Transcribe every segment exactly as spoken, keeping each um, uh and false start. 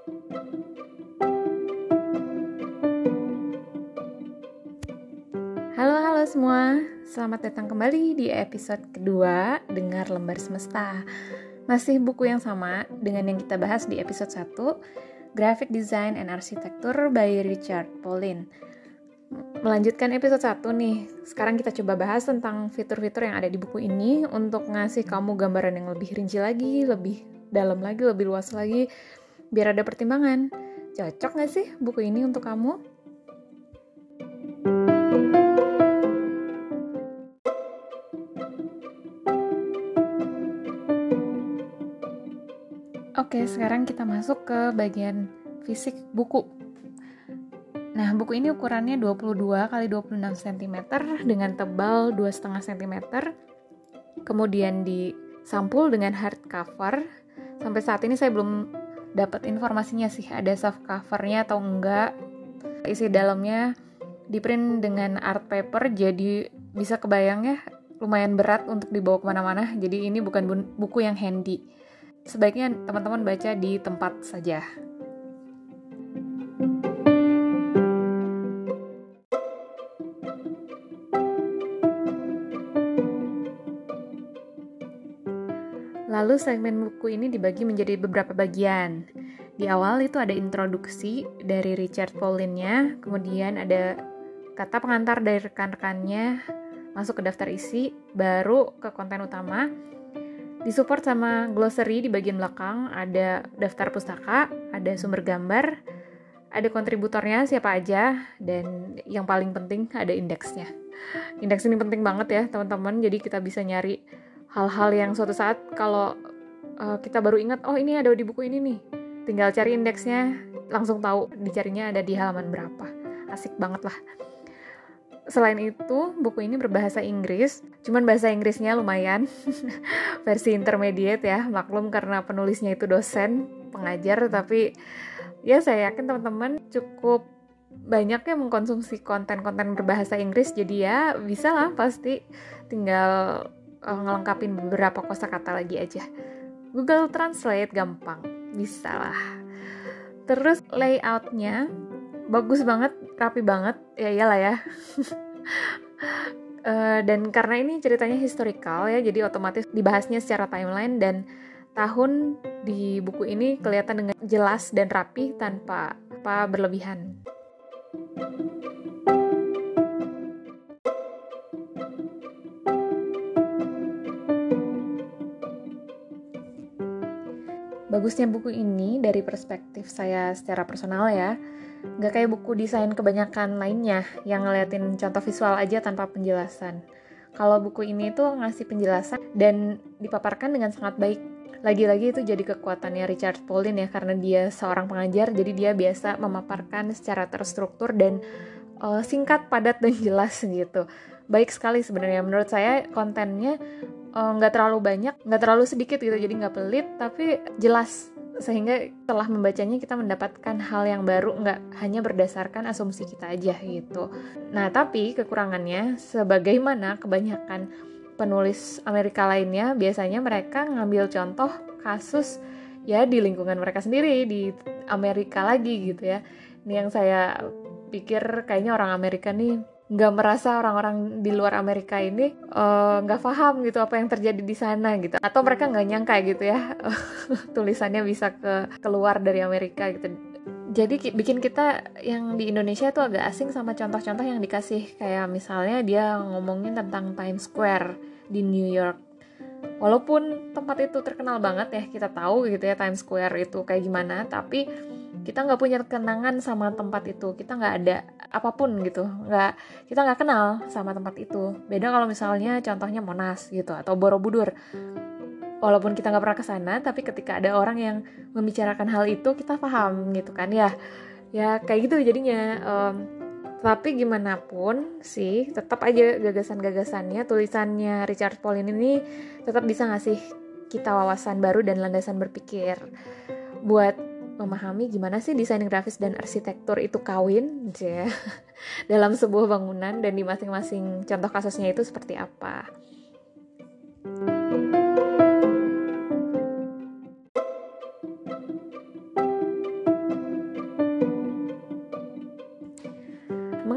Halo halo semua, selamat datang kembali di episode kedua Dengar Lembar Semesta. Masih buku yang sama dengan yang kita bahas di episode satu, Graphic Design and Architecture by Richard Pauline. Melanjutkan episode satu nih, sekarang kita coba bahas tentang fitur-fitur yang ada di buku ini untuk ngasih kamu gambaran yang lebih rinci lagi, lebih dalam lagi, lebih luas lagi, biar ada pertimbangan. Cocok gak sih buku ini untuk kamu? Oke, sekarang kita masuk ke bagian fisik buku. Nah, buku ini ukurannya dua puluh dua kali dua puluh enam sentimeter dengan tebal dua koma lima sentimeter. Kemudian disampul dengan hardcover. Sampai saat ini saya belum dapat informasinya sih, ada soft covernya atau enggak. Isi dalamnya diprint dengan art paper, jadi bisa kebayang ya, lumayan berat untuk dibawa kemana-mana. Jadi ini bukan buku yang handy. Sebaiknya teman-teman baca di tempat saja. Lalu segmen buku ini dibagi menjadi beberapa bagian. Di awal itu ada introduksi dari Richard Pauline-nya, kemudian ada kata pengantar dari rekan-rekannya, masuk ke daftar isi, baru ke konten utama. Disupport sama glossary di bagian belakang, ada daftar pustaka, ada sumber gambar, ada kontributornya siapa aja, dan yang paling penting ada indeksnya. Indeks ini penting banget ya teman-teman, jadi kita bisa nyari hal-hal yang suatu saat kalau uh, kita baru ingat, oh ini ada di buku ini nih, tinggal cari indeksnya, langsung tahu dicarinya ada di halaman berapa. Asik banget lah. Selain itu, buku ini berbahasa Inggris, cuman bahasa Inggrisnya lumayan, versi intermediate ya, maklum karena penulisnya itu dosen, pengajar, tapi ya saya yakin teman-teman cukup banyak yang mengkonsumsi konten-konten berbahasa Inggris, jadi ya bisa lah pasti, tinggal uh, ngelengkapin beberapa kosakata lagi aja. Google Translate gampang, bisa lah. Terus layoutnya bagus banget, rapi banget, ya iyalah ya. uh, dan karena ini ceritanya historical ya, jadi otomatis dibahasnya secara timeline dan tahun di buku ini kelihatan dengan jelas dan rapi tanpa apa berlebihan. Bagusnya buku ini dari perspektif saya secara personal ya, nggak kayak buku desain kebanyakan lainnya yang ngeliatin contoh visual aja tanpa penjelasan. Kalau buku ini tuh ngasih penjelasan dan dipaparkan dengan sangat baik. Lagi-lagi itu jadi kekuatannya Richard Pauline ya, karena dia seorang pengajar, jadi dia biasa memaparkan secara terstruktur dan uh, singkat, padat, dan jelas gitu. Baik sekali sebenarnya, menurut saya kontennya nggak uh, terlalu banyak, nggak terlalu sedikit gitu, jadi nggak pelit, tapi jelas. Sehingga setelah membacanya kita mendapatkan hal yang baru, nggak hanya berdasarkan asumsi kita aja gitu. Nah, tapi kekurangannya, sebagaimana kebanyakan penulis Amerika lainnya, biasanya mereka ngambil contoh kasus ya di lingkungan mereka sendiri, di Amerika lagi gitu ya. Ini yang saya pikir kayaknya orang Amerika nih nggak merasa orang-orang di luar Amerika ini nggak uh, paham gitu apa yang terjadi di sana gitu, atau mereka nggak nyangka gitu ya tulisannya bisa ke keluar dari Amerika gitu. Jadi ki- bikin kita yang di Indonesia tuh agak asing sama contoh-contoh yang dikasih, kayak misalnya dia ngomongin tentang Times Square di New York. Walaupun tempat itu terkenal banget ya, kita tahu gitu ya Times Square itu kayak gimana, tapi kita nggak punya kenangan sama tempat itu, kita nggak ada apapun gitu, nggak, kita nggak kenal sama tempat itu. Beda kalau misalnya contohnya Monas gitu atau Borobudur. Walaupun kita nggak pernah ke sana, tapi ketika ada orang yang membicarakan hal itu, kita paham gitu kan ya. Ya kayak gitu jadinya. Um, tapi gimana pun sih, tetap aja gagasan-gagasannya, tulisannya Richard Pauline ini tetap bisa ngasih kita wawasan baru dan landasan berpikir buat memahami gimana sih desain grafis dan arsitektur itu kawin ya, dalam sebuah bangunan, dan di masing-masing contoh kasusnya itu seperti apa.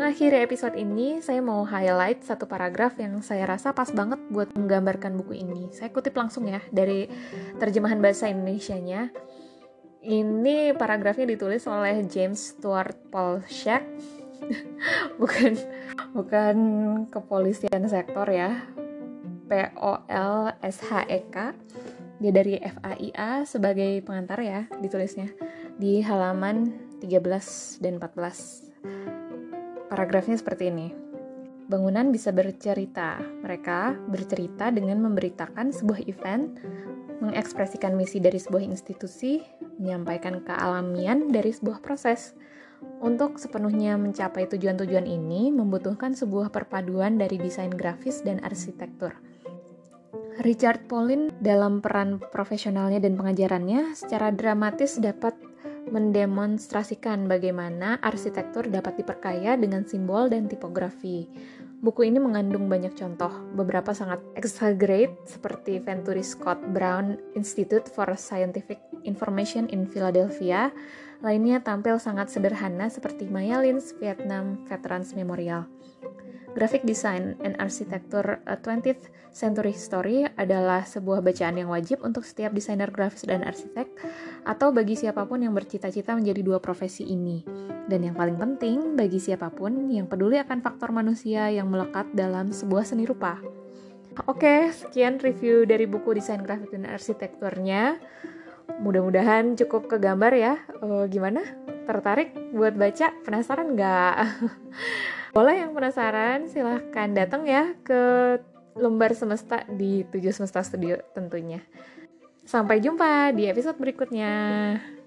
mengakhiri episode ini, saya mau highlight satu paragraf yang saya rasa pas banget buat menggambarkan buku ini. Saya kutip langsung ya dari terjemahan bahasa Indonesianya. Ini paragrafnya ditulis oleh James Stuart Paul Shek. bukan bukan kepolisian sektor ya. P O L S H E K. Dia dari F A I A sebagai pengantar ya ditulisnya di halaman tiga belas dan empat belas. Paragrafnya seperti ini. Bangunan bisa bercerita. Mereka bercerita dengan memberitakan sebuah event, mengekspresikan misi dari sebuah institusi, menyampaikan kealamian dari sebuah proses. Untuk sepenuhnya mencapai tujuan-tujuan ini, membutuhkan sebuah perpaduan dari desain grafis dan arsitektur. Richard Pauline dalam peran profesionalnya dan pengajarannya secara dramatis dapat mendemonstrasikan bagaimana arsitektur dapat diperkaya dengan simbol dan tipografi. Buku ini mengandung banyak contoh, beberapa sangat exaggerate seperti Venturi Scott Brown Institute for Scientific Information in Philadelphia, lainnya tampil sangat sederhana seperti Maya Lin's Vietnam Veterans Memorial. Graphic Design and Architecture A twentieth Century History adalah sebuah bacaan yang wajib untuk setiap desainer grafis dan arsitek atau bagi siapapun yang bercita-cita menjadi dua profesi ini. Dan yang paling penting, bagi siapapun yang peduli akan faktor manusia yang melekat dalam sebuah seni rupa. Oke, sekian review dari buku Desain Grafik dan Arsitekturnya. Mudah-mudahan cukup kegambar ya. Uh, gimana? Tertarik buat baca? Penasaran nggak? Boleh yang penasaran, silahkan datang ya ke Lembar Semesta di tujuh Semesta Studio tentunya. Sampai jumpa di episode berikutnya.